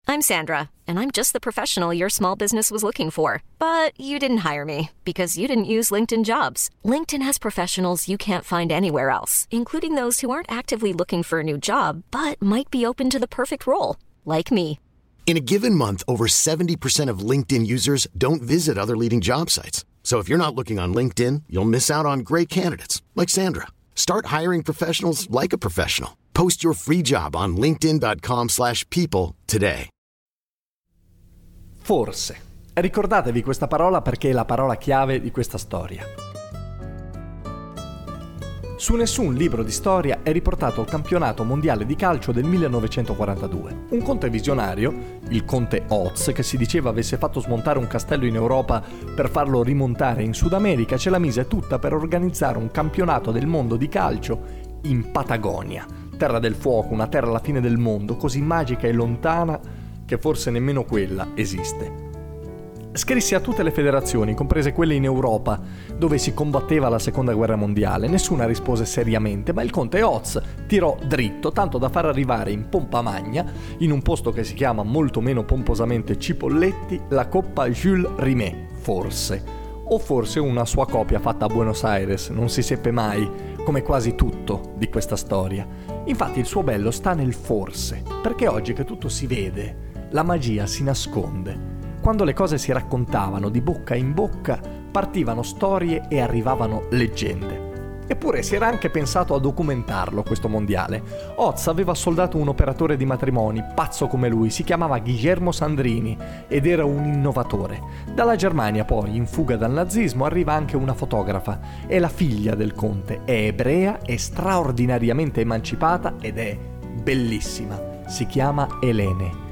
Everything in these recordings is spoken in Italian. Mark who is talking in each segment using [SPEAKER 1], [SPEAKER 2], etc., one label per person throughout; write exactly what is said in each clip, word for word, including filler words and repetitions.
[SPEAKER 1] I'm Sandra, and I'm just the professional your small business was looking for. But you didn't hire me because you didn't use LinkedIn Jobs. LinkedIn has professionals you can't find anywhere else, including those who aren't actively looking for a new job, but might be open to the perfect role, like me.
[SPEAKER 2] In a given month, over seventy percent of LinkedIn users don't visit other leading job sites. So if you're not looking on LinkedIn, you'll miss out on great candidates like Sandra. Start hiring professionals like a professional. Post your free job on linkedin.com slash people today.
[SPEAKER 3] Forse. Ricordatevi questa parola perché è la parola chiave di questa storia. Su nessun libro di storia è riportato il campionato mondiale di calcio del millenovecentoquarantadue. Un conte visionario, il conte Oz, che si diceva avesse fatto smontare un castello in Europa per farlo rimontare in Sud America, ce la mise tutta per organizzare un campionato del mondo di calcio in Patagonia, terra del fuoco, una terra alla fine del mondo, così magica e lontana che forse nemmeno quella esiste. Scrisse a tutte le federazioni, comprese quelle in Europa, dove si combatteva la seconda guerra mondiale. Nessuna rispose seriamente, ma il conte Oz tirò dritto, tanto da far arrivare in pompa magna, in un posto che si chiama molto meno pomposamente Cipolletti, la Coppa Jules Rimet, forse. O forse una sua copia fatta a Buenos Aires, non si seppe mai, come quasi tutto di questa storia. Infatti il suo bello sta nel forse, perché oggi che tutto si vede, la magia si nasconde. Quando le cose si raccontavano di bocca in bocca, partivano storie e arrivavano leggende. Eppure si era anche pensato a documentarlo questo mondiale. Oz aveva soldato un operatore di matrimoni, pazzo come lui, si chiamava Guillermo Sandrini ed era un innovatore. Dalla Germania poi, in fuga dal nazismo, arriva anche una fotografa. È la figlia del conte, è ebrea, è straordinariamente emancipata ed è bellissima. Si chiama Elene.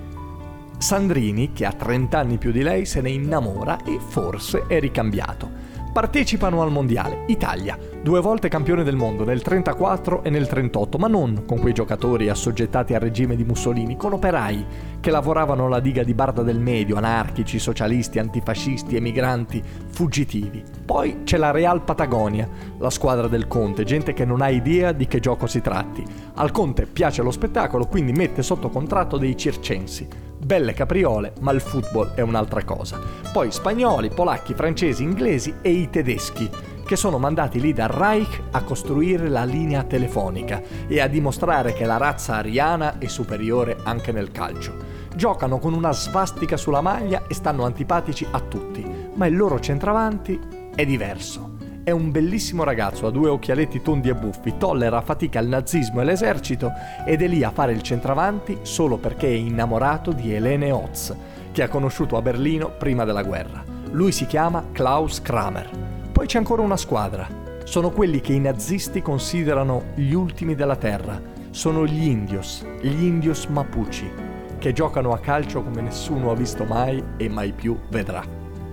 [SPEAKER 3] Sandrini, che ha trenta anni più di lei, se ne innamora e forse è ricambiato. Partecipano al mondiale. Italia, due volte campione del mondo, nel trentaquattro e nel trentotto, ma non con quei giocatori assoggettati al regime di Mussolini, con operai che lavoravano alla diga di Barda del Medio, anarchici, socialisti, antifascisti, emigranti, fuggitivi. Poi c'è la Real Patagonia, la squadra del conte, gente che non ha idea di che gioco si tratti. Al conte piace lo spettacolo, quindi mette sotto contratto dei circensi. Belle capriole, ma il football è un'altra cosa. Poi spagnoli, polacchi, francesi, inglesi e i tedeschi, che sono mandati lì dal Reich a costruire la linea telefonica e a dimostrare che la razza ariana è superiore anche nel calcio. Giocano con una svastica sulla maglia e stanno antipatici a tutti, ma il loro centravanti è diverso. È un bellissimo ragazzo, ha due occhialetti tondi e buffi, tollera a fatica il nazismo e l'esercito ed è lì a fare il centravanti solo perché è innamorato di Helene Oz, che ha conosciuto a Berlino prima della guerra. Lui si chiama Klaus Kramer. Poi c'è ancora una squadra. Sono quelli che i nazisti considerano gli ultimi della terra. Sono gli indios, gli indios Mapuche, che giocano a calcio come nessuno ha visto mai e mai più vedrà.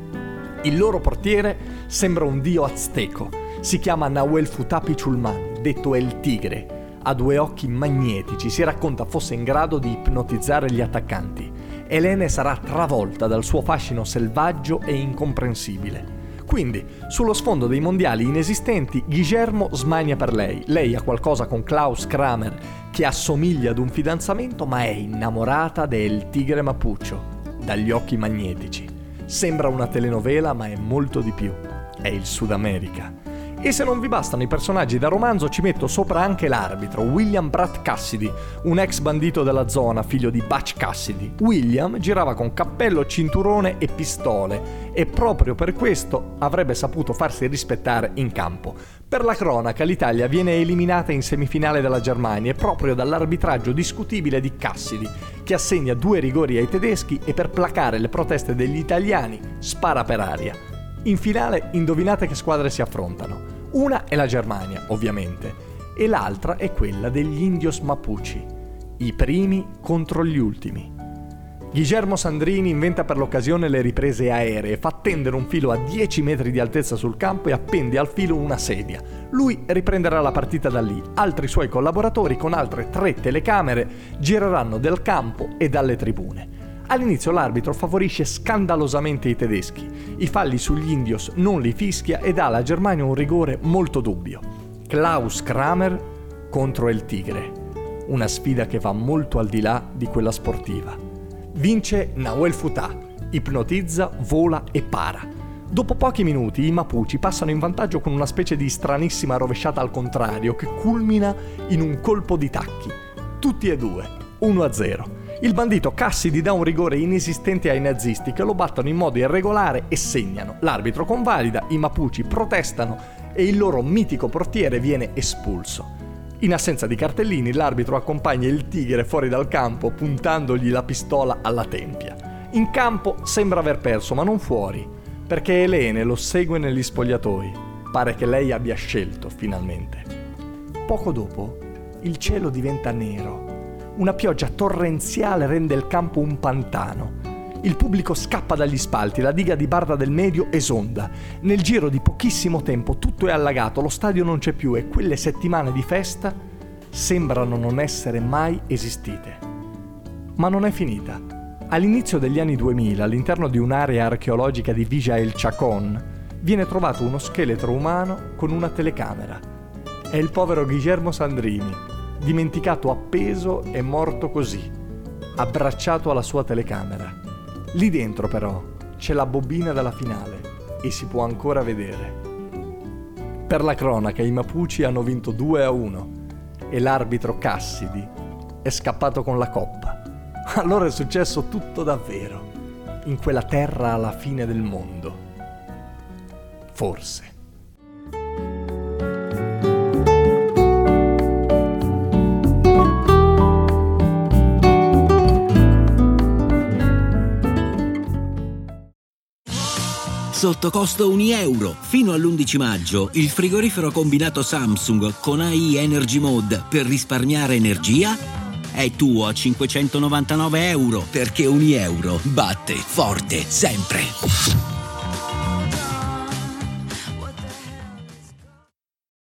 [SPEAKER 3] Il loro portiere sembra un dio azteco. Si chiama Nahuel Futapi Chulman, detto El Tigre. Ha due occhi magnetici, si racconta fosse in grado di ipnotizzare gli attaccanti. Elene sarà travolta dal suo fascino selvaggio e incomprensibile. Quindi, sullo sfondo dei mondiali inesistenti, Guillermo smania per lei. Lei ha qualcosa con Klaus Kramer, che assomiglia ad un fidanzamento, ma è innamorata del tigre mapuccio, dagli occhi magnetici. Sembra una telenovela, ma è molto di più. È il Sud America. E se non vi bastano i personaggi da romanzo, ci metto sopra anche l'arbitro, William Bratt Cassidy, un ex bandito della zona, figlio di Butch Cassidy. William girava con cappello, cinturone e pistole e proprio per questo avrebbe saputo farsi rispettare in campo. Per la cronaca, l'Italia viene eliminata in semifinale dalla Germania proprio dall'arbitraggio discutibile di Cassidy, che assegna due rigori ai tedeschi e per placare le proteste degli italiani spara per aria. In finale, indovinate che squadre si affrontano. Una è la Germania, ovviamente, e l'altra è quella degli indios Mapuche, i primi contro gli ultimi. Guillermo Sandrini inventa per l'occasione le riprese aeree, fa tendere un filo a dieci metri di altezza sul campo e appende al filo una sedia. Lui riprenderà la partita da lì, altri suoi collaboratori con altre tre telecamere gireranno del campo e dalle tribune. All'inizio l'arbitro favorisce scandalosamente i tedeschi, i falli sugli indios non li fischia e dà alla Germania un rigore molto dubbio. Klaus Kramer contro il Tigre, una sfida che va molto al di là di quella sportiva. Vince Nahuel Futah, ipnotizza, vola e para. Dopo pochi minuti i Mapuche passano in vantaggio con una specie di stranissima rovesciata al contrario che culmina in un colpo di tacchi. Tutti e due, uno a zero. Il bandito Cassidy dà un rigore inesistente ai nazisti che lo battono in modo irregolare e segnano. L'arbitro convalida, i Mapuche protestano e il loro mitico portiere viene espulso. In assenza di cartellini, l'arbitro accompagna il tigre fuori dal campo puntandogli la pistola alla tempia. In campo sembra aver perso, ma non fuori, perché Elene lo segue negli spogliatoi. Pare che lei abbia scelto, finalmente. Poco dopo, il cielo diventa nero. Una pioggia torrenziale rende il campo un pantano. Il pubblico scappa dagli spalti, la diga di Barda del Medio esonda. Nel giro di pochissimo tempo tutto è allagato, lo stadio non c'è più e quelle settimane di festa sembrano non essere mai esistite. Ma non è finita. All'inizio degli anni duemila, all'interno di un'area archeologica di Villa El Chacón, viene trovato uno scheletro umano con una telecamera. È il povero Guillermo Sandrini, dimenticato appeso e morto così, abbracciato alla sua telecamera. Lì dentro però c'è la bobina della finale e si può ancora vedere. Per la cronaca i Mapuche hanno vinto due a uno e l'arbitro Cassidy è scappato con la coppa. Allora è successo tutto davvero, in quella terra alla fine del mondo. Forse.
[SPEAKER 4] Sotto costo un euro. Fino all'undici maggio il frigorifero combinato Samsung con A I Energy Mode per risparmiare energia è tuo a cinquecentonovantanove euro, perché un euro batte forte sempre.